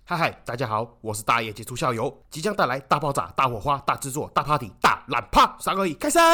嗨，大家好，我是大爷杰出校友，即将带来大爆炸、大火花、大制作、大 party、大懒趴3个亿，开始！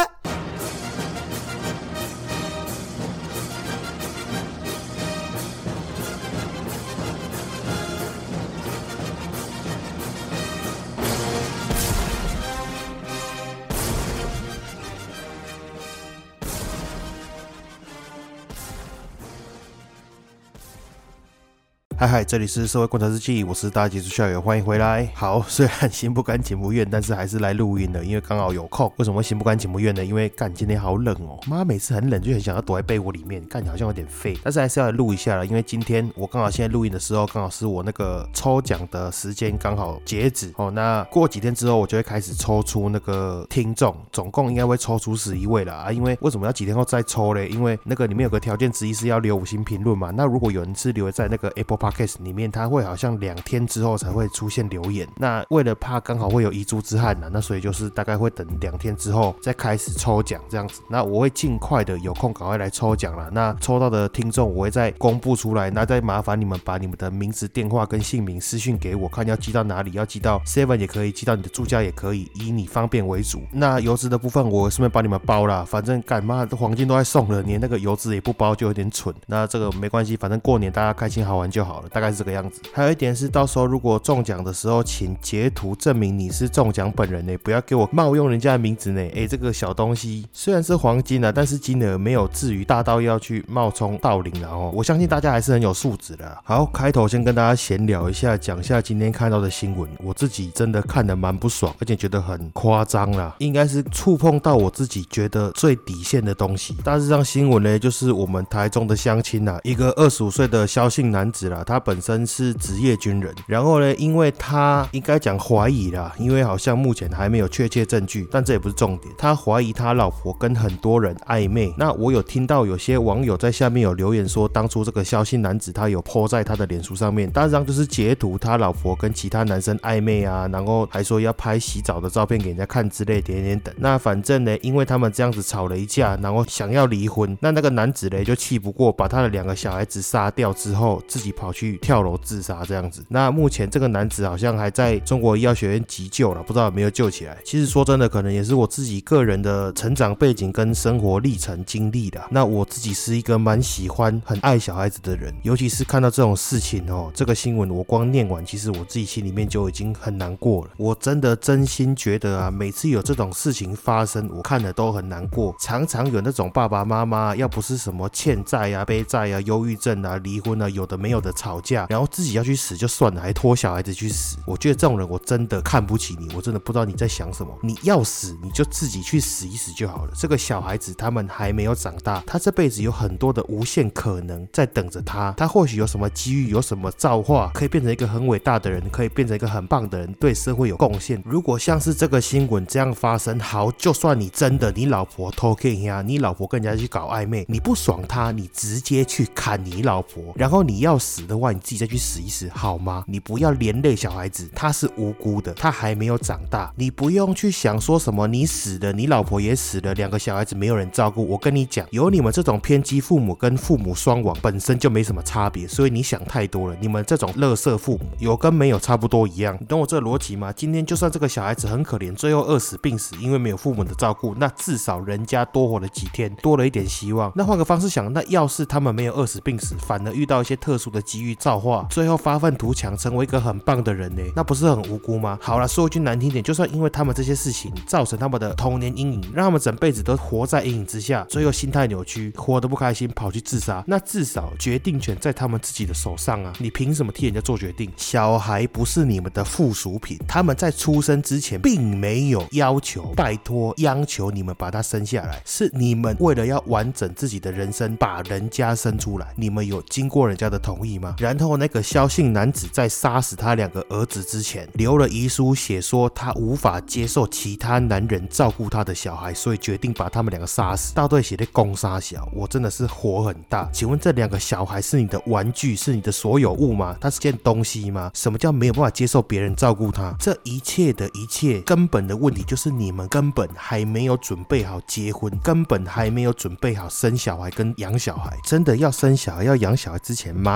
嗨，这里是社会观察日记，我是大杰出校友，欢迎回来。好，虽然心不甘情不愿，但是还是来录音了，因为刚好有空。为什么会心不甘情不愿呢？因为干今天好冷哦，妈每次很冷就很想要躲在被窝里面，干好像有点废，但是还是要来录一下了，因为今天我刚好现在录音的时候，刚好是我那个抽奖的时间刚好截止哦。那过几天之后，我就会开始抽出那个听众，总共应该会抽出11位了啊。因为为什么要几天后再抽嘞？因为那个里面有个条件之一是要留5星评论嘛。那如果有人是留在那个 Apple Podcast 里面，它会好像2天之后才会出现留言。那为了怕刚好会有遗珠之憾那所以就是大概会等2天之后再开始抽奖这样子。那我会尽快的有空赶快来抽奖啦。那抽到的听众我会再公布出来，那再麻烦你们把你们的名字、电话跟姓名私讯给我，看要寄到哪里，要寄到 7 也可以，寄到你的住家也可以，以你方便为主。那邮资的部分我顺便帮你们包啦，反正干嘛黄金都在送了，连那个邮资也不包就有点蠢。那这个没关系，反正过年大家开心好玩就好了，大概是这个样子。还有一点是，到时候如果中奖的时候，请截图证明你是中奖本人不要给我冒用人家的名字这个小东西虽然是黄金但是金额没有至于大到要去冒充盗领我相信大家还是很有素质的好，开头先跟大家闲聊一下，讲一下今天看到的新闻。我自己真的看得蛮不爽，而且觉得很夸张啦，应该是触碰到我自己觉得最底线的东西。大致上新闻呢，就是我们台中的乡亲一个25岁的萧姓男子他本身是职业军人，然后呢，因为他应该讲怀疑啦，因为好像目前还没有确切证据，但这也不是重点。他怀疑他老婆跟很多人暧昧。那我有听到有些网友在下面有留言说，当初这个萧姓男子他有 po 在他的脸书上面，大致上就是截图他老婆跟其他男生暧昧然后还说要拍洗澡的照片给人家看之类点等。那反正呢，因为他们这样子吵了一架，然后想要离婚，那个男子呢就气不过，把他的2个小孩子杀掉之后，自己跑去跳楼自杀这样子。那目前这个男子好像还在中国医药学院急救了，不知道有没有救起来。其实说真的，可能也是我自己个人的成长背景跟生活历程经历的。那我自己是一个蛮喜欢很爱小孩子的人，尤其是看到这种事情这个新闻我光念完，其实我自己心里面就已经很难过了。我真的真心觉得每次有这种事情发生，我看了都很难过。常常有那种爸爸妈妈要不是什么欠债背债忧郁症离婚有的没有的吵架，然后自己要去死就算了，还拖小孩子去死。我觉得这种人我真的看不起你，我真的不知道你在想什么。你要死你就自己去死一死就好了。这个小孩子他们还没有长大，他这辈子有很多的无限可能在等着他，他或许有什么机遇，有什么造化，可以变成一个很伟大的人，可以变成一个很棒的人，对社会有贡献。如果像是这个新闻这样发生，好，就算你真的你老婆偷看你老婆跟人家去搞暧昧，你不爽他，你直接去砍你老婆，然后你要死的话，你自己再去死一死好吗？你不要连累小孩子，他是无辜的，他还没有长大，你不用去想说什么你死了，你老婆也死了，2个小孩子没有人照顾。我跟你讲，有你们这种偏激父母跟父母双亡本身就没什么差别，所以你想太多了。你们这种垃圾父母有跟没有差不多一样，你懂我这个逻辑吗？今天就算这个小孩子很可怜，最后饿死病死，因为没有父母的照顾，那至少人家多活了几天，多了一点希望。那换个方式想，那要是他们没有饿死病死，反而遇到一些特殊的机遇造化，最后发愤图强成为一个很棒的人那不是很无辜吗？好啦，说一句难听点，就算因为他们这些事情造成他们的童年阴影，让他们整辈子都活在阴影之下，最后心态扭曲，活得不开心，跑去自杀，那至少决定权在他们自己的手上你凭什么替人家做决定？小孩不是你们的附属品，他们在出生之前并没有要求拜托央求你们把他生下来，是你们为了要完整自己的人生把人家生出来，你们有经过人家的同意吗？然后那个萧姓男子在杀死他2个儿子之前留了遗书，写说他无法接受其他男人照顾他的小孩，所以决定把他们2个杀死。到底写的攻杀小，我真的是火很大。请问这2个小孩是你的玩具，是你的所有物吗？他是件东西吗？什么叫没有办法接受别人照顾他？这一切的一切根本的问题就是你们根本还没有准备好结婚，根本还没有准备好生小孩跟养小孩。真的要生小孩要养小孩之前，麻烦你们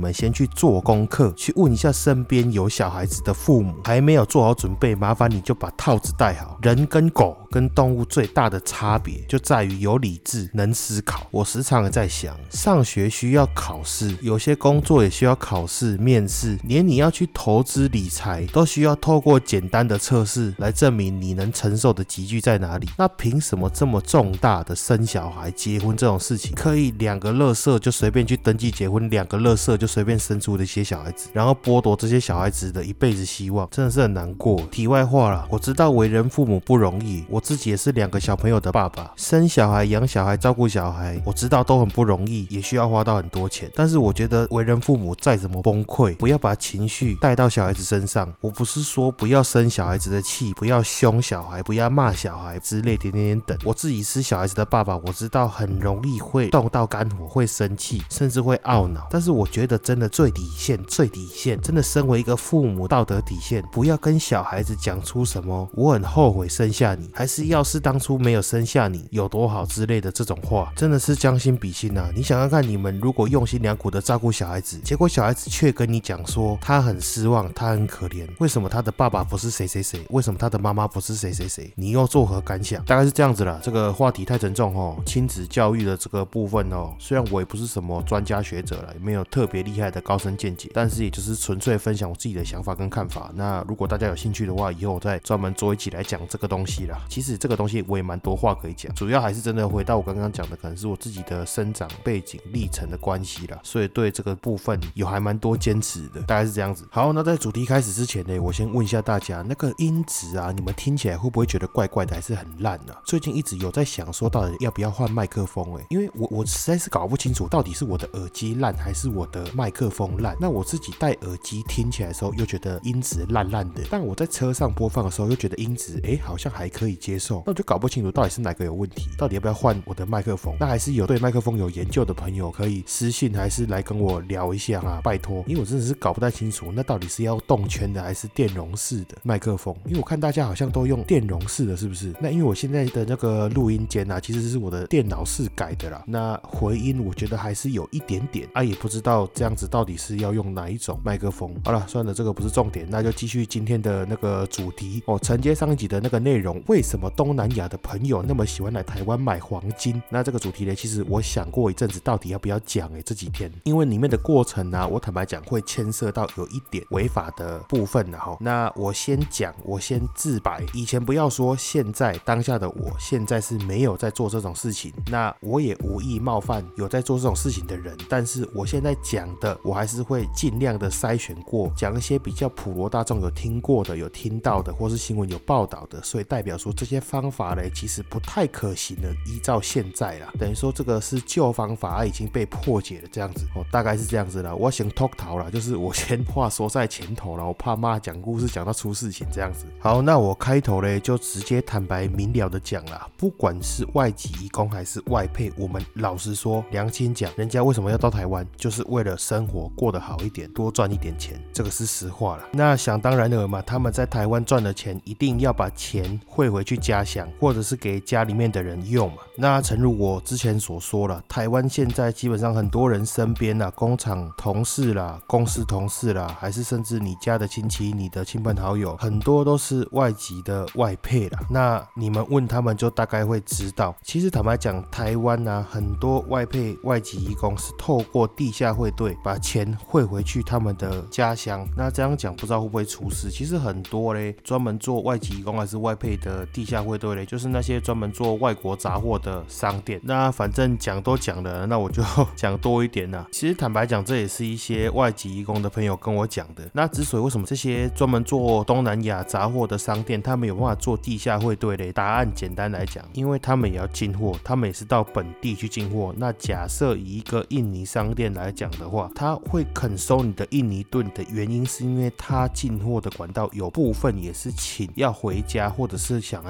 们先去做功课，去问一下身边有小孩子的父母，还没有做好准备，麻烦你就把套子戴好。人跟狗跟动物最大的差别就在于有理智，能思考。我时常在想，上学需要考试，有些工作也需要考试、面试，连你要去投资理财都需要透过简单的测试来证明你能承受的集聚在哪里。那凭什么这么重大的生小孩、结婚这种事情，可以2个垃圾就随便去登记结婚，2个垃圾就随便生出的一些小孩子，然后剥夺这些小孩子的一辈子希望，真的是很难过。题外话啦，我知道为人父母不容易，我自己也是2个小朋友的爸爸，生小孩、养小孩、照顾小孩，我知道都很不容易，也需要花到很多钱。但是我觉得为人父母再怎么崩溃，不要把情绪带到小孩子身上。我不是说不要生小孩子的气，不要凶小孩，不要骂小孩之类点点点等。我自己是小孩子的爸爸，我知道很容易会动到肝火，会生气，甚至会懊恼。但是我觉得真的最底线，真的身为一个父母道德底线，不要跟小孩子讲出什么我很后悔生下你，还是要是当初没有生下你有多好之类的这种话，真的是将心比心啊。你想想看，你们如果用心良苦的照顾小孩子，结果小孩子却跟你讲说他很失望，他很可怜，为什么他的爸爸不是谁谁谁，为什么他的妈妈不是谁谁谁，你又作何感想？大概是这样子啦。这个话题太沉重哦，亲子教育的这个部分哦，虽然我也不是什么专家学者啦，也没有特别厉害的高深见解，但是也就是纯粹分享我自己的想法跟看法。那如果大家有兴趣的话，以后我再专门做一集来讲这个东西啦。其实这个东西我也蛮多话可以讲，主要还是真的回到我刚刚讲的，可能是我自己的生长背景历程的关系啦，所以对这个部分有还蛮多坚持的，大概是这样子。好，那在主题开始之前呢，我先问一下大家，那个音质啊，你们听起来会不会觉得怪怪的，还是很烂啊？最近一直有在想说，到底要不要换麦克风因为我实在是搞不清楚，到底是我的耳机烂还是我的麦克风烂。那我自己戴耳机听起来的时候，又觉得音质烂烂的，但我在车上播放的时候，又觉得音质好像还可以接受。那我就搞不清楚到底是哪个有问题，到底要不要换我的麦克风？那还是有对麦克风有研究的朋友可以私信，还是来跟我聊一下啊，拜托，因为我真的是搞不太清楚，那到底是要动圈的还是电容式的麦克风？因为我看大家好像都用电容式的，是不是？那因为我现在的那个录音间啊，其实是我的电脑室改的啦，那回音我觉得还是有一点点啊，也不知道这样子到底是要用哪一种麦克风。好了，算了，这个不是重点，那就继续今天的那个主题承接上一集的那个内容，为什么东南亚的朋友那么喜欢来台湾买黄金？那这个主题呢，其实我想过一阵子到底要不要讲这几天，因为里面的过程啊，我坦白讲会牵涉到有一点违法的部分那我先讲，我先自白，以前不要说，现在当下的我现在是没有在做这种事情，那我也无意冒犯有在做这种事情的人，但是我现在讲的，我还是会尽量的筛选过，讲一些比较普罗大众有听过的、有听到的，或是新闻有报道的，所以代表说这些方法呢，其实不太可行的，依照现在啦，等于说这个是旧方法已经被破解了这样子大概是这样子啦。我先脱逃啦，就是我先话说在前头啦，我怕妈讲故事讲到出事情这样子。好，那我开头呢就直接坦白明了的讲啦，不管是外籍移工还是外配，我们老实说，良心讲，人家为什么要到台湾，就是为了生活过得好一点，多赚一点钱，这个是实话啦。那想当然了嘛，他们在台湾赚的钱，一定要把钱汇回去家乡，或者是给家里面的人用嘛。那诚如我之前所说了，台湾现在基本上很多人身边啦，工厂同事啦，公司同事啦，还是甚至你家的亲戚、你的亲朋好友，很多都是外籍的外配啦。那你们问他们就大概会知道，其实坦白讲，台湾啊，很多外配外籍移工是透过地下汇兑把钱汇回去他们的家乡。那这样讲不知道会不会出事？其实很多嘞，专门做外籍移工还是外配的地下汇兑嘞，就是那些专门做外国杂货的商店。那反正讲都讲了，那我就讲多一点啦。其实坦白讲，这也是一些外籍移工的朋友跟我讲的。那之所以为什么这些专门做东南亚杂货的商店，他们有办法做地下汇兑嘞？答案简单来讲，因为他们也要进货，他们也是到本地去进货。那假设以一个印尼商店来讲的话，他会肯收你的印尼盾的原因，是因为他进货的管道有部分也是请要回家或者是想要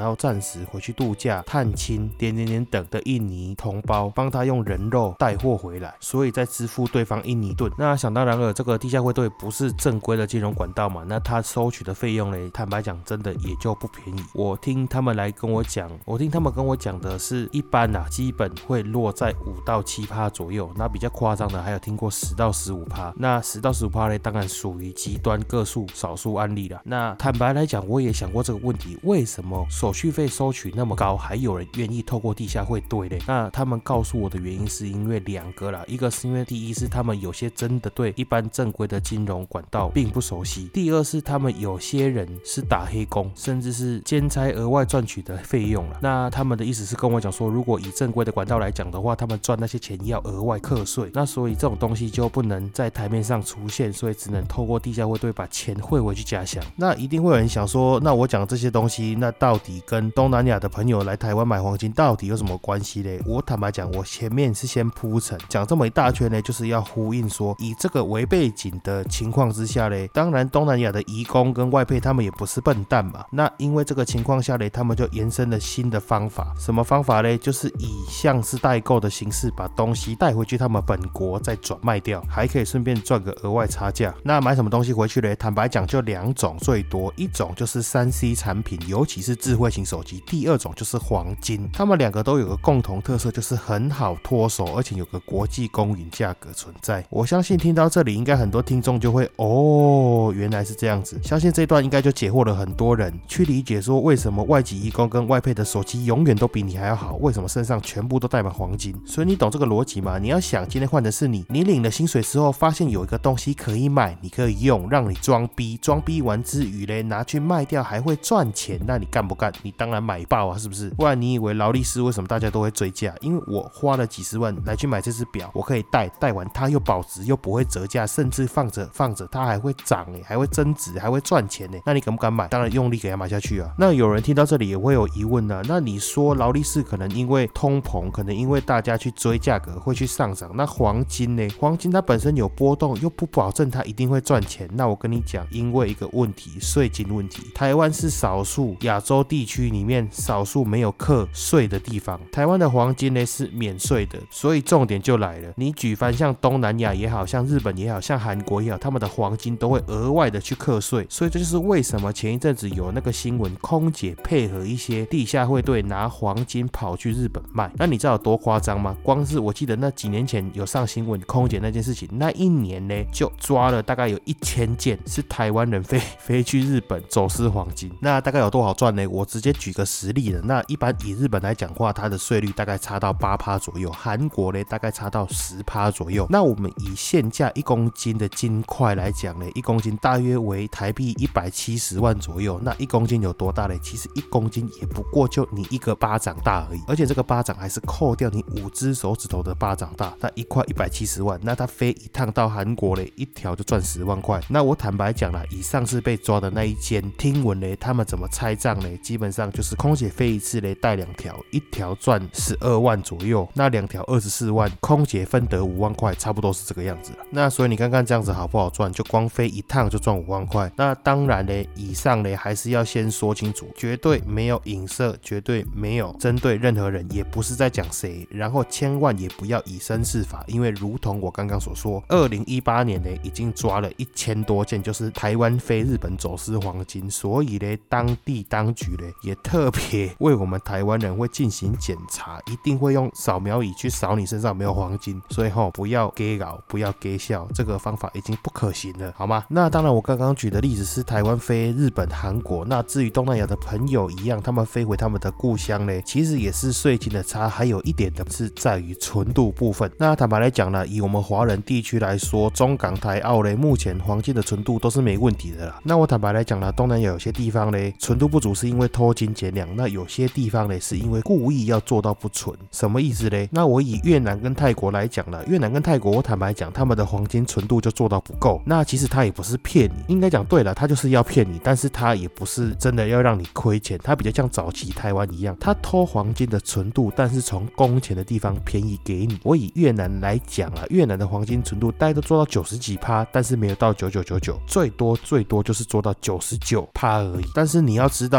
要暂时回去度假、探亲、等的印尼同胞，帮他用人肉带货回来，所以再支付对方印尼盾。那想当然了，这个地下汇兑不是正规的金融管道嘛，那他收取的费用呢，坦白讲真的也就不便宜。我听他们跟我讲的是，一般基本会落在5到7%左右，那比较夸张的还有听过10到15%，那10到15%呢，当然属于极端个数少数案例啦。那坦白来讲，我也想过这个问题，为什么手续费收取那么高，还有人愿意透过地下汇兑呢？那他们告诉我的原因是因为2个啦，一个是因为第一是他们有些真的对一般正规的金融管道并不熟悉，第二是他们有些人是打黑工，甚至是兼差额外赚取的费用啦。那他们的意思是跟我讲说，如果以正规的管道来讲的话，他们赚那些钱要额外课税，那所以这种东西就不能在台面上出现，所以只能透过地下汇兑把钱汇回去家乡。那一定会有人想说，那我讲这些东西，那到底跟东南亚的朋友来台湾买黄金到底有什么关系嘞？我坦白讲，我前面是先铺陈讲这么一大圈呢，就是要呼应说，以这个为背景的情况之下嘞，当然东南亚的移工跟外配他们也不是笨蛋嘛。那因为这个情况下嘞，他们就延伸了新的方法，什么方法嘞？就是以像是代购的形式把东西带回去他们本国再转卖掉，还可以顺便赚个额外差价。那买什么东西回去嘞？坦白讲就2种最多，一种就是 3C 产品，尤其是智慧型手机，第二种就是黄金。他们2个都有个共同特色，就是很好脱手，而且有个国际公允价格存在。我相信听到这里应该很多听众就会原来是这样子，相信这一段应该就解惑了很多人去理解说，为什么外籍移工跟外配的手机永远都比你还要好，为什么身上全部都带满黄金。所以你懂这个逻辑吗？你要想今天换的是你领了薪水之后发现有一个东西可以买，你可以用，让你装逼完之余嘞，拿去卖掉还会赚钱，那你干不干？你当然买爆啊，是不是？不然你以为劳力士为什么大家都会追价？因为我花了几十万来去买这只表，我可以戴完它又保值又不会折价，甚至放着它还会涨还会增值还会赚钱那你敢不敢买？当然用力给它买下去啊。那有人听到这里也会有疑问啊，那你说劳力士可能因为通膨，可能因为大家去追价格会去上涨，那黄金呢？黄金它本身有波动，又不保证它一定会赚钱。那我跟你讲，因为一个问题，税金问题。台湾是少数亚洲地区里面少数没有课税的地方，台湾的黄金呢是免税的，所以重点就来了。你举凡像东南亚也好，像日本也好，像韩国也好，他们的黄金都会额外的去课税，所以这就是为什么前一阵子有那个新闻，空姐配合一些地下汇兑拿黄金跑去日本卖。那你知道有多夸张吗？光是我记得那几年前有上新闻空姐那件事情，那一年呢就抓了大概有1000件是台湾人飞去日本走私黄金。那大概有多少赚呢？我直接举个实例了。那一般以日本来讲话，它的税率大概差到8%左右，韩国呢大概差到10%左右。那我们以现价1公斤的金块来讲呢，1公斤大约为台币170万左右。那1公斤有多大呢？其实1公斤也不过就你一个巴掌大而已，而且这个巴掌还是扣掉你5只手指头的巴掌大。那1块170万，那他飞一趟到韩国嘞，一条就赚10万块。那我坦白讲啦，以上次被抓的那一间，听闻嘞他们怎么拆账嘞？基本上就是空姐飞一次嘞带2条，一条赚12万左右，那2条24万，空姐分得5万块，差不多是这个样子了。那所以你看看这样子好不好赚？就光飞一趟就赚5万块。那当然嘞，以上嘞还是要先说清楚，绝对没有影射，绝对没有针对任何人，也不是在讲谁，然后千万也不要以身试法，因为如同我刚刚所说，2018年呢已经抓了1000多件，就是台湾飞日本走私黄金，所以呢当地当局呢也特别为我们台湾人会进行检查，一定会用扫描仪去扫你身上有没有黄金，所以不要给搞，不要给笑，这个方法已经不可行了，好吗？那当然我刚刚举的例子是台湾飞日本韩国，那至于东南亚的朋友一样，他们飞回他们的故乡呢，其实也是税金的差，还有一点的是在于纯度部分。那坦白来讲呢，以我们华人地区来说，中港台澳呢，目前黄金的纯度都是没问题的啦。那我坦白来讲呢，东南亚有些地方呢纯度不足是因为偷金减两，那有些地方呢是因为故意要做到不纯。什么意思呢？那我以越南跟泰国来讲啦，越南跟泰国我坦白讲，他们的黄金纯度就做到不够。那其实他也不是骗你，应该讲对了，他就是要骗你，但是他也不是真的要让你亏钱，他比较像早期台湾一样，他偷黄金的纯度，但是从工钱的地方便宜给你。我以越南来讲啦，越南的黄金纯度大概都做到90几%，但是没有到9999，最多就是做到99%而已。但是你要知道，诚如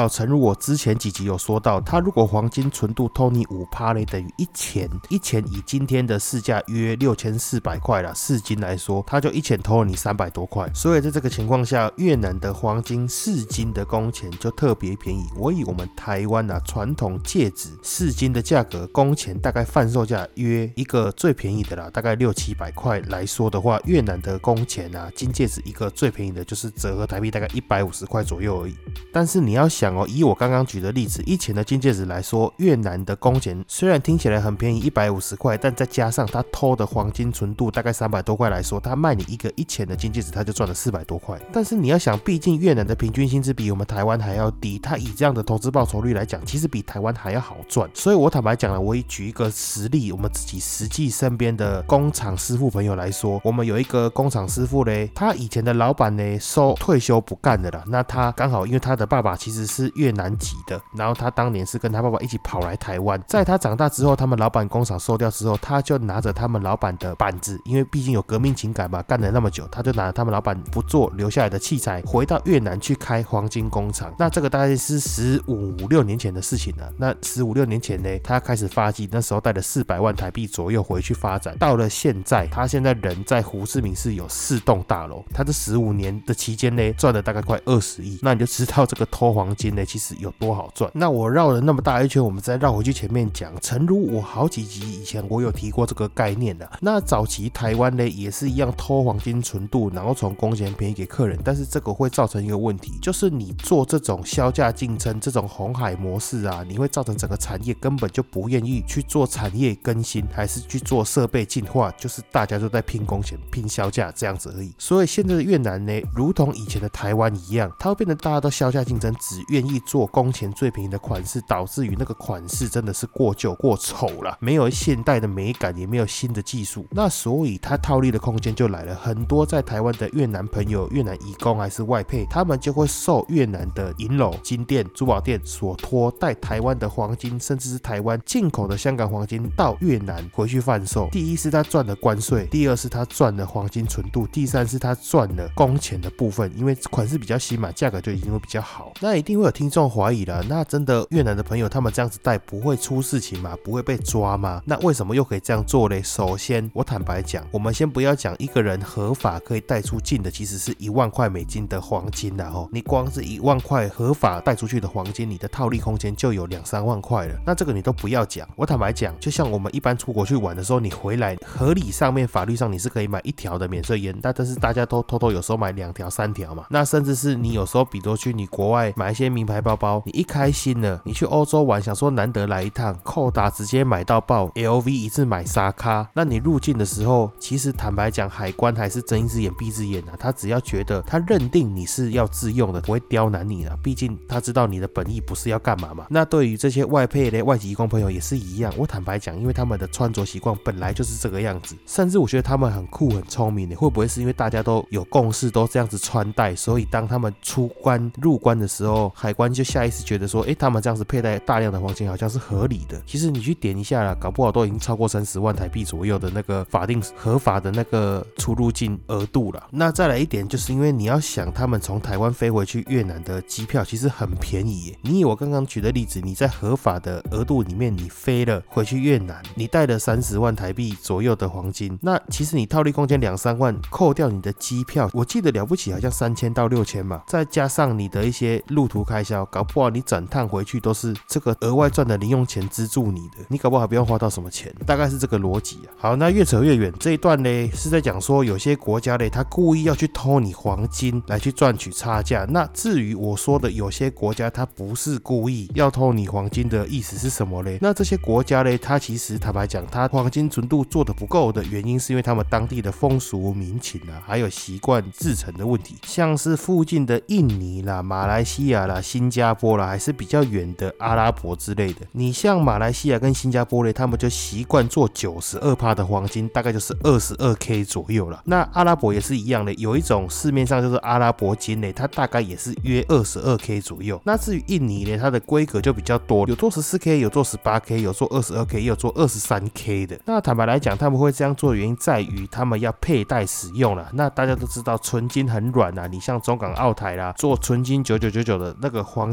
我之前几集有说到，它如果黄金纯度偷你 5% 嘞，等于1钱，1钱以今天的市价约6400块啦，市斤来说，它就1钱偷了你300多块。所以在这个情况下，越南的黄金市斤的工钱就特别便宜。我以我们台湾传统戒指市斤的价格，工钱大概贩售价约一个最便宜的啦，大概600-700块来说的话，越南的工钱金戒指一个最便宜的就是折合台币大概150块左右而已。但是你要想以我刚刚举的例子，1钱的金戒指来说，越南的工钱虽然听起来很便宜150块，但再加上他偷的黄金纯度大概300多块来说，他卖你一个1钱的金戒指，他就赚了400多块。但是你要想，毕竟越南的平均薪资比我们台湾还要低，他以这样的投资报酬率来讲，其实比台湾还要好赚。所以我坦白讲我也举一个实例，我们自己实际身边的工厂师傅朋友来说，我们有一个工厂师傅嘞，他以前的老板呢退休不干的啦，那他刚好因为他的爸爸其实是越南籍的，然后他当年是跟他爸爸一起跑来台湾，在他长大之后，他们老板工厂收掉之后，他就拿着他们老板的板子，因为毕竟有革命情感嘛，干了那么久，他就拿着他们老板不做留下来的器材，回到越南去开黄金工厂。那这个大概是15-16年前的事情了。那15-16年前呢，他开始发迹，那时候带了400万台币左右回去发展。到了现在，他现在人在胡志明市有4栋大楼，他这15年的期间呢，赚了大概快20亿。那你就知道这个偷黄金呢，其实有多好赚。那我绕了那么大一圈，我们再绕回去前面讲，诚如我好几集以前我有提过这个概念的。那早期台湾呢也是一样偷黄金纯度，然后从工钱便宜给客人，但是这个会造成一个问题，就是你做这种销价竞争、这种红海模式你会造成整个产业根本就不愿意去做产业更新，还是去做设备进化，就是大家都在拼工钱、拼销价这样子而已。所以现在的越南呢，如同以前的台湾一样，它会变得大家都销价竞争，只愿意做工钱最便宜的款式，导致于那个款式真的是过旧过丑了，没有现代的美感，也没有新的技术。那所以它套利的空间就来了，很多在台湾的越南朋友、越南移工还是外配，他们就会受越南的银楼、金店、珠宝店所托，带台湾的黄金，甚至是台湾进口的香港黄金到越南回去贩售。第一是他赚了关税，第二是他赚了黄金纯度，第三是他赚了工钱的部分，因为款式比较新嘛，价格就一定会比较好。那一定会有听众怀疑了，那真的越南的朋友他们这样子带不会出事情吗？不会被抓吗？那为什么又可以这样做嘞？首先我坦白讲，我们先不要讲一个人合法可以带出境的其实是1万块美金的黄金啦你光是1万块合法带出去的黄金，你的套利空间就有2-3万块了，那这个你都不要讲。我坦白讲，就像我们一般出国去玩的时候，你回来合理上面法律上你是可以买1条的免税烟，但是大家都偷偷有时候买2条3条嘛，那甚至是你有时候比如去你国外买一些名牌包包，你一开心了，你去欧洲玩想说难得来一趟，扣打直接买到爆， LV 一次买沙咖，那你入境的时候其实坦白讲海关还是睁一只眼闭一只眼他只要觉得他认定你是要自用的，不会刁难你毕竟他知道你的本意不是要干嘛嘛。那对于这些外配的外籍移工朋友也是一样，我坦白讲，因为他们的穿着习惯本来就是这个样子，甚至我觉得他们很酷很聪明会不会是因为大家都有共识都这样子穿戴，所以当他们出关入关的时候，海关就下意识觉得说他们这样子佩戴大量的黄金好像是合理的。其实你去点一下啦，搞不好都已经超过30万台币左右的那个法定合法的那个出入境额度了。那再来一点，就是因为你要想他们从台湾飞回去越南的机票其实很便宜耶。你以我刚刚举的例子，你在合法的额度里面你飞了回去越南，你带了30万台币左右的黄金，那其实你套利空间2-3万，扣掉你的机票，我记得了不起好像3000到6000嘛，再加上你的一些路途开销，搞不好你整趟回去都是这个额外赚的零用钱资助你的，你搞不好还不用花到什么钱，大概是这个逻辑好，那越扯越远，这一段呢是在讲说有些国家呢他故意要去偷你黄金来去赚取差价。那至于我说的有些国家他不是故意要偷你黄金的意思是什么嘞？那这些国家呢，他其实坦白讲，他黄金纯度做得不够的原因是因为他们当地的风俗民情还有习惯制成的问题。像是附近的印尼啦、马来西亚啦、新加坡啦，还是比较远的阿拉伯之类的。你像马来西亚跟新加坡呢，他们就习惯做92%的黄金，大概就是22K 左右了。那阿拉伯也是一样的，有一种市面上就是阿拉伯金呢，它大概也是约22K 左右。那至于印尼呢，它的规格就比较多，有做14K， 有做18K， 有做22K， 也有做23K 的。那坦白来讲，他们会这样做的原因在于他们要佩戴使用啦。那大家都知道纯金很软你像中港澳台啦，做纯金9999的那个黄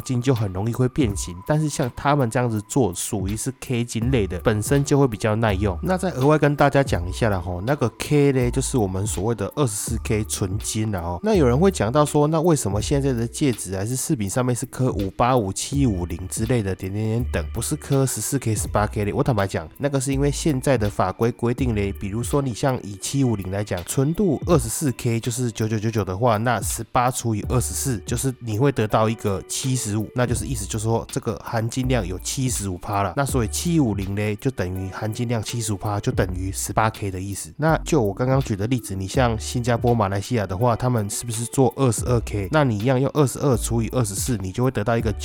金就很容易会变形，但是像他们这样子做属于是 K 金类的，本身就会比较耐用。那再额外跟大家讲一下啦齁，那个 K 呢就是我们所谓的 24K 纯金啦齁。那有人会讲到说，那为什么现在的戒指还是饰品上面是刻585、750之类的点点点等，不是刻14K、18K 的？我坦白讲，那个是因为现在的法规规定嘞，比如说你像以750来讲，纯度24K 就是9999的话，那18除以24就是你会得到一个75，那就是意思就是说这个含金量有 75% 了。那所以750嘞就等于含金量 75%， 就等于 18K 的意思。那就我刚刚举的例子，你像新加坡、马来西亚的话，他们是不是做 22K？ 那你一样用22除以24，你就会得到一个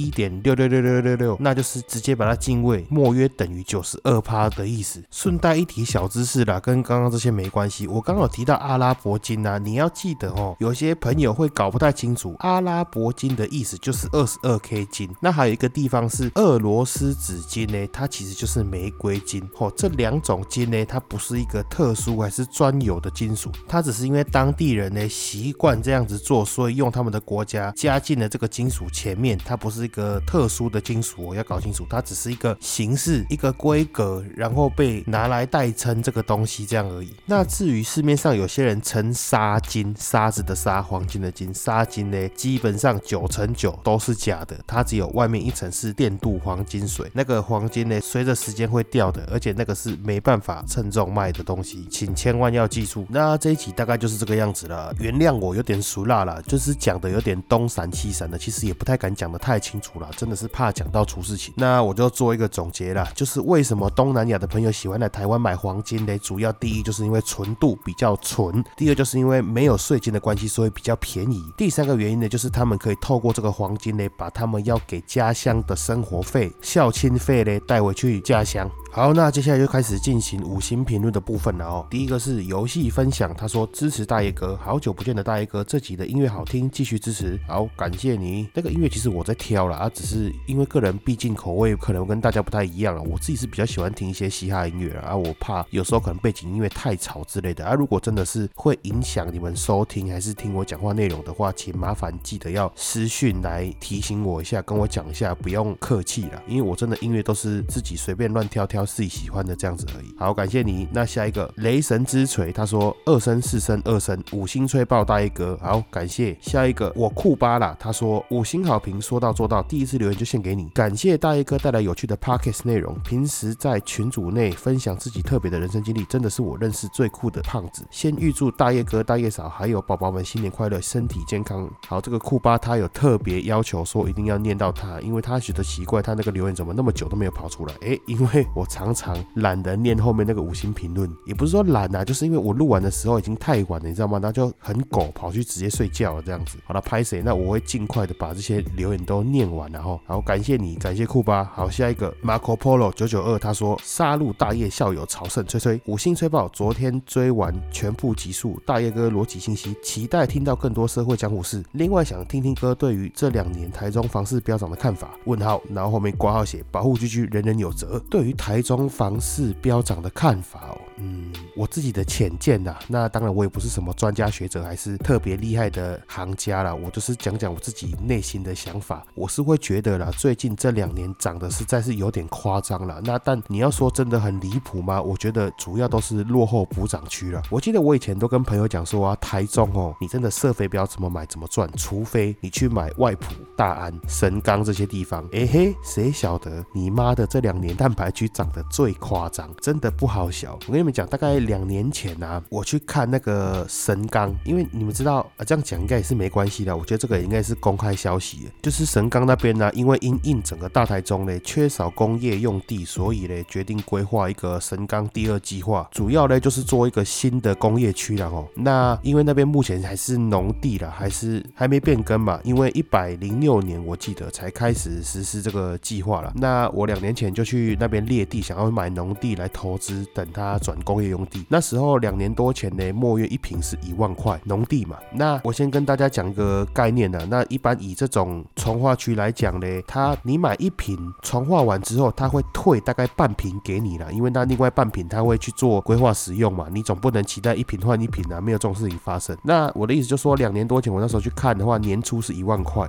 91.66666， 那就是直接把它进位，莫约等于 92% 的意思。顺带一提小知识啦，跟刚刚这些没关系。我刚刚有提到阿拉伯金啊，你要记得哦，有些朋友会搞不太清楚，阿拉伯金的意思就是 22K 金。那还有一个地方是俄罗斯紫金呢，它其实就是玫瑰金哦。这两种金呢，它不是一个特殊还是专有的金属，它只是因为当地人呢习惯这样子做，所以用他们的国家加进了这个金属前面，它不是一个特殊的金属哦，要搞清楚，它只是一个形式、一个规格，然后被拿来代称这个东西这样而已。那至于市面上有些人称沙金，沙子的沙，黄金的金，沙金呢，基本上9成9都是假的，它只有外面一层是电镀黄金水，那个黄金呢随着时间会掉的，而且那个是没办法称重卖的东西，请千万要记住。那这一集大概就是这个样子了，原谅我有点俗辣啦，就是讲的有点东闪西闪的，其实也不太敢讲的太清楚啦，真的是怕讲到出事情。那我就做一个总结啦，就是为什么东南亚的朋友喜欢来台湾买黄金呢？主要第一就是因为纯度比较纯，第二就是因为没有税金的关系，所以比较便宜。第三个原因呢，就是他们可以透过这个黄金呢，把他们要给家乡的生活费、孝亲费呢带回去家乡。好，那接下来就开始进行5星评论的部分了哦。第一个是游戏分享，他说支持大爷哥，好久不见的大爷哥，这集的音乐好听，继续支持。好，感谢你。那个音乐其实我在挑啦，只是因为个人毕竟口味可能跟大家不太一样啦，我自己是比较喜欢听一些嘻哈音乐啦，我怕有时候可能背景音乐太吵之类的如果真的是会影响你们收听还是听我讲话内容的话，请麻烦记得要私讯来提醒我一下，跟我讲一下，不用客气啦，因为我真的音乐都是自己随便乱挑挑自己喜欢的这样子而已。好，感谢你。那下一个雷神之锤，他说2升4升2升5星吹爆大一哥，好，感谢。下一个我酷巴啦，他说5星好评，说到做到，第一次留言就献给你，感谢大一哥带来有趣的 Podcast 内容，平时在群组内分享自己特别的人生经历，真的是我认识最酷的胖子。先预祝大叶哥、大叶嫂还有宝宝们新年快乐，身体健康。好，这个酷巴他有特别要求说一定要念到他，因为他觉得奇怪，他那个留言怎么那么久都没有跑出来。因为我常常懒得念后面那个5星评论，也不是说懒啊，就是因为我录完的时候已经太晚了，你知道吗？然后就很狗跑去直接睡觉了这样子。好了，拍谁？那我会尽快的把这些留言都念完了齁。好，感谢你，感谢酷巴。好，下一个 Marco Polo 992，他说杀戮大叶校友朝圣吹吹5星吹爆，昨天追完全部集数，大叶哥逻辑清晰，期待听到更多社会江湖事。另外想听听哥对于这2年台中房市飙涨的看法？问号，然后后面括号写保护居居，人人有责。对于台中房市飙涨的看法我自己的浅见啦，那当然我也不是什么专家学者，还是特别厉害的行家啦，我就是讲讲我自己内心的想法。我是会觉得啦，最近这2年涨的实在是有点夸张啦。那但你要说真的很离谱吗？我觉得主要都是落后补涨区啦。我记得我以前都跟朋友讲说台中你真的射飞镖怎么买怎么赚，除非你去买外埔、大安、神冈这些地方。谁晓得你妈的这2年蛋白区涨得最夸张，真的不好小。我跟你们讲，大概2年前我去看那个神冈，因为你们知道这样讲应该也是没关系的，我觉得这个应该是公开消息，就是神冈那边因为因应整个大台中缺少工业用地，所以决定规划一个神冈第2计划，主要就是做一个新的工业区啦那因为那边目前还是农地啦，还没变更嘛，因为106年我记得才开始实施这个计划啦。那我2年前就去那边猎地，想要买农地来投资，等它转工业用地。那时候2年多前末约1坪是1万块农地嘛。那我先跟大家讲一个概念那一般以这种重划区来讲你买1坪重划完之后，他会退大概半坪给你啦，因为那另外半坪他会去做规划使用嘛，你总不能期待1坪换1坪没有这种事情发生。那我的意思就是说，2年多前我那时候去看的话，年初是1万块，到了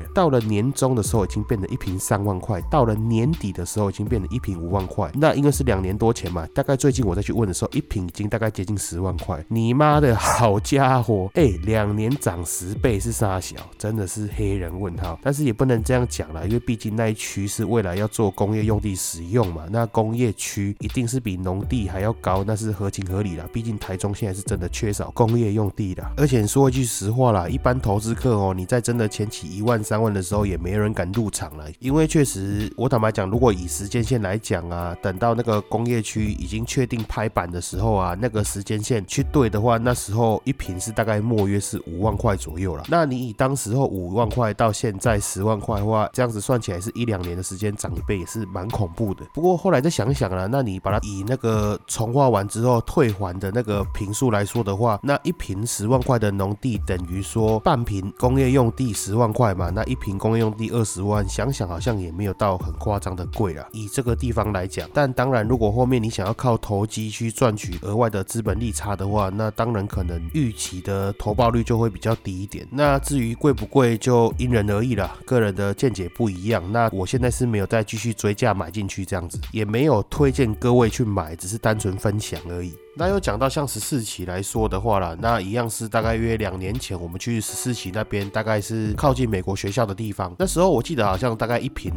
年中的时候已经变成一坪3万块，到了年底的时候已经变成一坪5万块。那因为是2年多前嘛，大概最近我再去问的时候，一坪已经大概接近10万块。你妈的好家伙，2年涨10倍是啥小？真的是黑人问号。但是也不能这样讲啦，因为毕竟那一区是未来要做工业用地使用嘛，那工业区一定是比农地还要高，那是合情合理啦。毕竟台中现在是真的缺少工业用地啦。而且说一句实话啦，一般投资客你在真的前期1万3万的时候，也没人敢入场了，因为确实我坦白讲，如果以时间线来讲啊，等到那个工业区已经确定拍板的时候啊，那个时间线去对的话，那时候一坪是大概莫约是5万块左右啦。那你以当时候5万块到现在10万块的话，这样子算起来是1-2年的时间涨1倍，也是蛮恐怖的。不过后来再想想啦，那你把它以那个重划完之后退还的那个坪数来说的话，那一坪10万块的农地等于说半坪工业用地10万块嘛，那一坪工业用地20万，想想好像也没有到很夸张的贵啦，以这个地方来讲。但当然如果后面你想要靠投机去赚取额外的资本利差的话，那当然可能预期的投报率就会比较低一点。那至于贵不贵就因人而异啦，个人的见解不一样。那我现在是没有再继续追价买进去这样子，也没有推荐各位去买，只是单纯分享而已。那又讲到像14期来说的话啦，那一样是大概约2年前我们去14期那边，大概是靠近美国学校的地方。那时候我记得好像大概一坪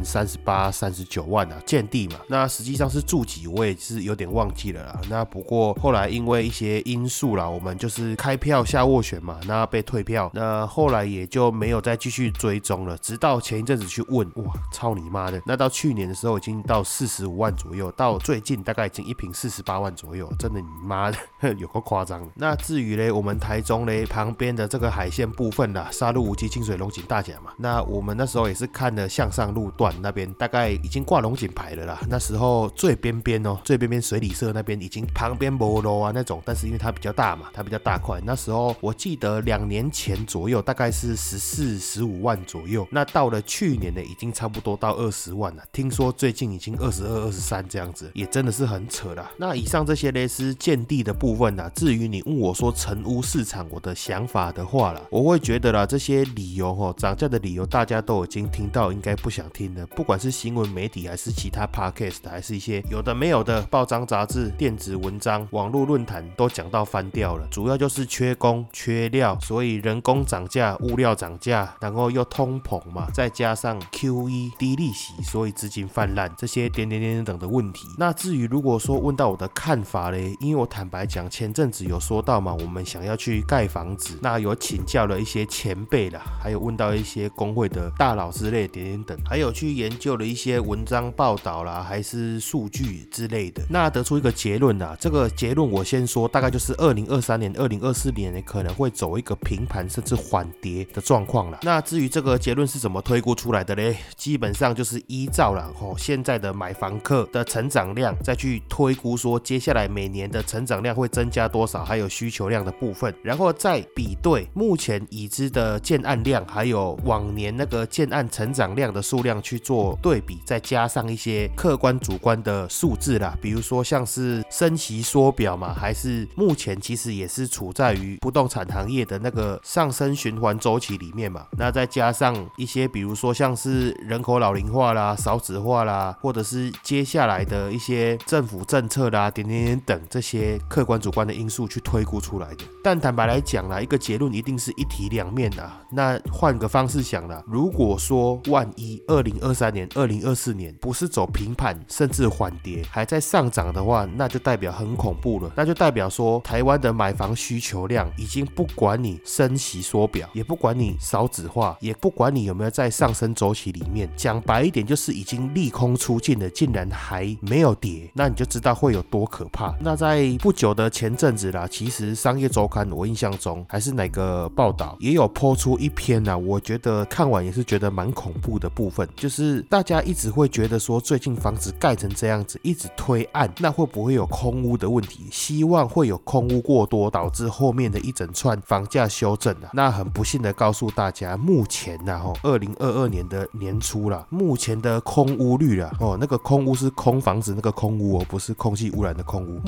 38、39万啊，建地嘛。那实际上是住几我也是有点忘记了啦。那不过后来因为一些因素啦，我们就是开票下斡旋嘛，那被退票，那后来也就没有再继续追踪了。直到前一阵子去问，哇，操你妈的！那到去年的时候已经到45万左右，到最近大概已经一坪48万左右，真的你妈的有够夸张。那至于嘞，我们台中嘞旁边的这个海线部分啦，沙鹿、无稽、清水、龙井、大甲嘛，那我们那时候也是看了向上路段那边，大概已经挂龙井牌了啦。那时候最边边最边边水里社那边已经旁边没路啊那种，但是因为它比较大嘛，它比较大块。那时候我记得2年前左右大概是14、15万左右，那到了去年呢已经差不多到20万了，听说最近已经22、23这样子，也真的是很扯啦。那以上这些呢是建地的部分啦。至于你问我说成屋市场我的想法的话啦，我会觉得啦，这些理由涨价的理由大家都已经听到，应该不想听了。不管是新闻媒体还是其他 podcast， 还是一些有的没有的报章杂志、电子文章、网络论坛都讲到翻掉了，主要就是缺工、缺料，所以人工涨价、物料涨价，然后又通膨嘛，再加上 QE 低利息，所以资金泛滥，这些点点点点等的问题。那至于如果说问到我的看法嘞，因为我坦白讲，前阵子有说到嘛，我们想要去盖房子，那有请教了一些前辈啦，还有问到一些工会的大佬之类点点等，还有去研究了一些文章报道啦，还是数据之类的，那得出一个结论啦。这个结论我先说，大概就是2023年、2024年可能会走一个平盘甚至缓跌的状况啦。那至于这个结论是怎么推估出来的嘞？基本上就是依照啦现在的买房客的成长量，再去推估说接下来每年的成长量会增加多少，还有需求量的部分，然后再比对目前已知的建案量，还有往年那个建案成长量的数量去做对比，再加上一些客观主观的数字啦，比如说像是升息缩表嘛，还是目前其实也是处在于不动产行业的那个上升循环周期里面嘛，那再加上一些比如说像是人口老龄化啦、少子化啦，或者是接下来的一些政府政策啦、点点点等这些客观主观的因素去推估出来的。但坦白来讲啦，一个结论一定是一体两面啦。那换个方式想啦，如果说万一2023年、2024年不是走平盘甚至缓跌，还在上涨的话，那就代表很恐怖了。那就代表说台湾的买房需求量已经不管你升息缩表，也不管你少子化，也不管你有没有在上升周期里面，讲白一点就是已经利空出尽了，竟然还没有跌，那你就知道会有多可怕。那在不久的前阵子啦，其实商业周刊我印象中还是哪个报道也有po出一篇啦，我觉得看完也是觉得蛮恐怖的部分，就是大家一直会觉得说最近房子盖成这样子，一直推案，那会不会有空屋的问题？希望会有空屋过多，导致后面的一整串房价修正啊。那很不幸的告诉大家，目前啦2022年的年初啦，目前的空屋率啦那个空屋是空房子那个空屋不是空气污染的空屋，目前的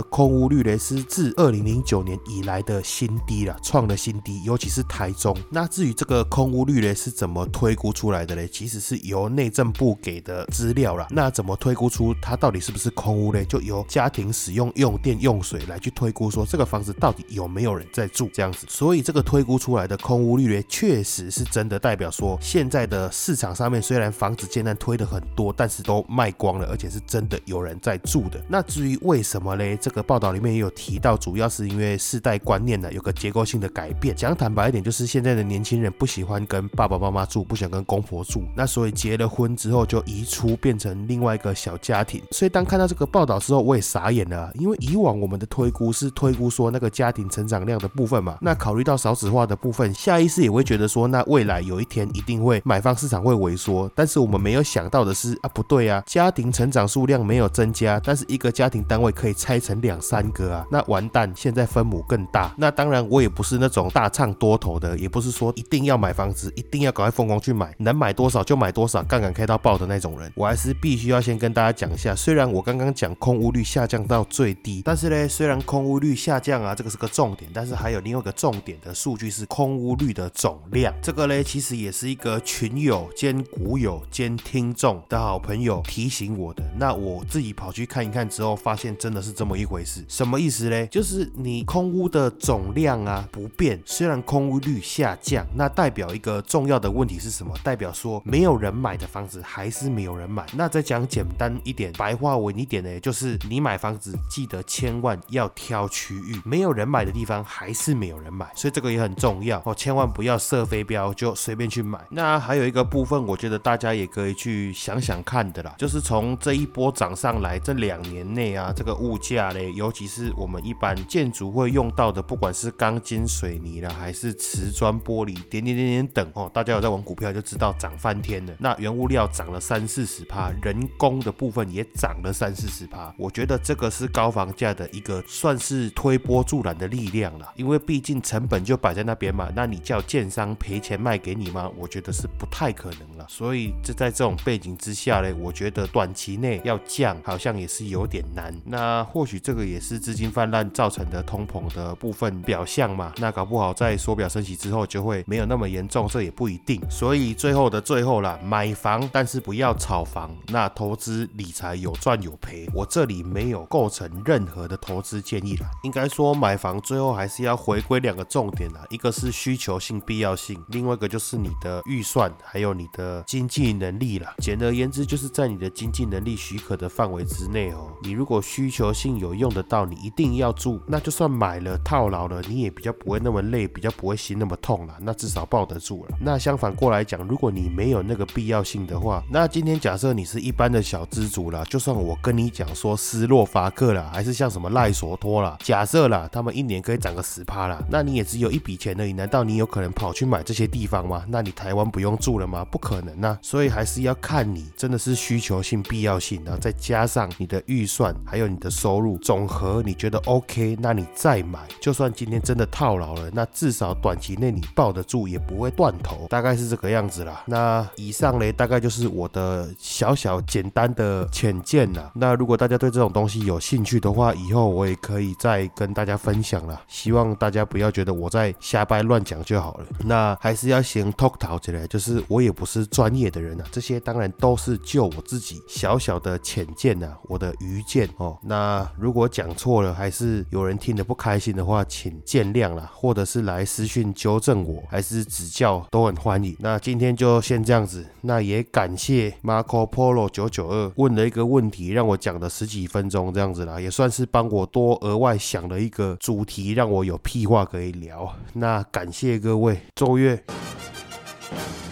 空污率呢是自2009年以来的新低啦，创了新低，尤其是台中。那至于这个空污率呢是怎么推估出来的呢？其实是由内政部给的资料啦。那怎么推估出它到底是不是空污呢？就由家庭使用用电用水来去推估说这个房子到底有没有人在住这样子。所以这个推估出来的空污率呢，确实是真的代表说现在的市场上面虽然房子建案推的很多，但是都卖光了，而且是真的有人在住的。那至于为什么呢？这个报道里面也有提到，主要是因为世代观念呢有个结构性的改变。讲坦白一点，就是现在的年轻人不喜欢跟爸爸妈妈住，不想跟公婆住，那所以结了婚之后就移出，变成另外一个小家庭。所以当看到这个报道之后，我也傻眼了，因为以往我们的推估是推估说那个家庭成长量的部分嘛，那考虑到少子化的部分，下意识也会觉得说，那未来有一天一定会买方市场会萎缩。但是我们没有想到的是啊，不对啊，家庭成长数量没有增加，但是一个家庭单位可以拆成2、3个啊，那完蛋，现在分母更大。那当然我也不是那种大唱多头的，也不是说一定要买房子，一定要赶快疯狂去买，能买多少就买多少，杠杆开到爆的那种人。我还是必须要先跟大家讲一下，虽然我刚刚讲空污率下降到最低，但是呢，虽然空污率下降啊，这个是个重点，但是还有另外一个重点的数据是空污率的总量。这个呢，其实也是一个群友兼股友兼听众的好朋友提醒我的。那我自己跑去看一看之后，发现真的是这么一回事。什么意思呢？就是你空污的总量啊不变，虽然空污率下降，那代表一个重要的问题是什么？代表说没有人买的房子还是没有人买。那再讲简单一点，白话文一点呢，就是你买房子记得千万要挑区域，没有人买的地方还是没有人买，所以这个也很重要哦，千万不要射飞镖就随便去买。那还有一个部分，我觉得大家也可以去想想看的啦，就是从这一波涨上来这2年内啊，这个物价嘞，尤其是我们一般建筑会用到的，不管是钢筋水泥啦，还是瓷砖玻璃，点等哦，大家有在玩股票就知道涨翻天了。那原物料涨了30-40%，人工的部分也涨了30-40%。我觉得这个是高房价的一个算是推波助澜的力量啦，因为毕竟成本就摆在那边嘛，那你叫建商赔钱卖给你吗？我觉得是不太可能了。所以在这种背景之下呢，我觉得短期内要降好像也是有点难。那或许这个也是资金泛滥造成的通膨的部分表象嘛，那搞不好在缩表升息之后就会没有那么严重，这也不一定。所以最后的最后啦，买房但是不要炒房，那投资理财有赚有赔，我这里没有构成任何的投资建议啦。应该说买房最后还是要回归2个重点啦，一个是需求性必要性，另外一个就是你的预算还有你的经济能力啦。简而言之，就是在你的经济能力许可的范围之内哦。你如果需求性有用得到，你一定要住，那就算买了套牢了，你也比较不会那么累，比较不会心那么痛啦，那至少抱得住了。那相反过来讲，如果你没有那个必要性的话，那今天假设你是一般的小资族啦，就算我跟你讲说斯洛伐克啦，还是像什么赖索托啦，假设啦，他们1年可以涨个10%啦，那你也只有一笔钱而已，难道你有可能跑去买这些地方吗？那你台湾不用住了吗？不可能啊。所以还是要看你真的是需求性必要性，然后再加上你的预算还有你的收入总和，你觉得 OK， 那你再买。就算今天真的套牢了，那至少短期内你抱得住，也不会断头，大概是这个样子啦。那以上嘞，大概就是我的小小简单的浅见啦。那如果大家对这种东西有兴趣的话，以后我也可以再跟大家分享啦。希望大家不要觉得我在瞎掰乱讲就好了。那还是要先吐槽起来，就是我也不是专业的人啊，这些当然都是就我自己小小的浅见啊，我的愚见哦。那如果讲错了，还是有人听得不开心的话，请见谅啦，或者是来私讯纠正我，还是指教都很欢迎。那今天就先这样子，那也感谢 Marco Polo 992问了一个问题，让我讲了10几分钟这样子啦，也算是帮我多额外想了一个主题，让我有屁话可以聊。那感谢各位，周月。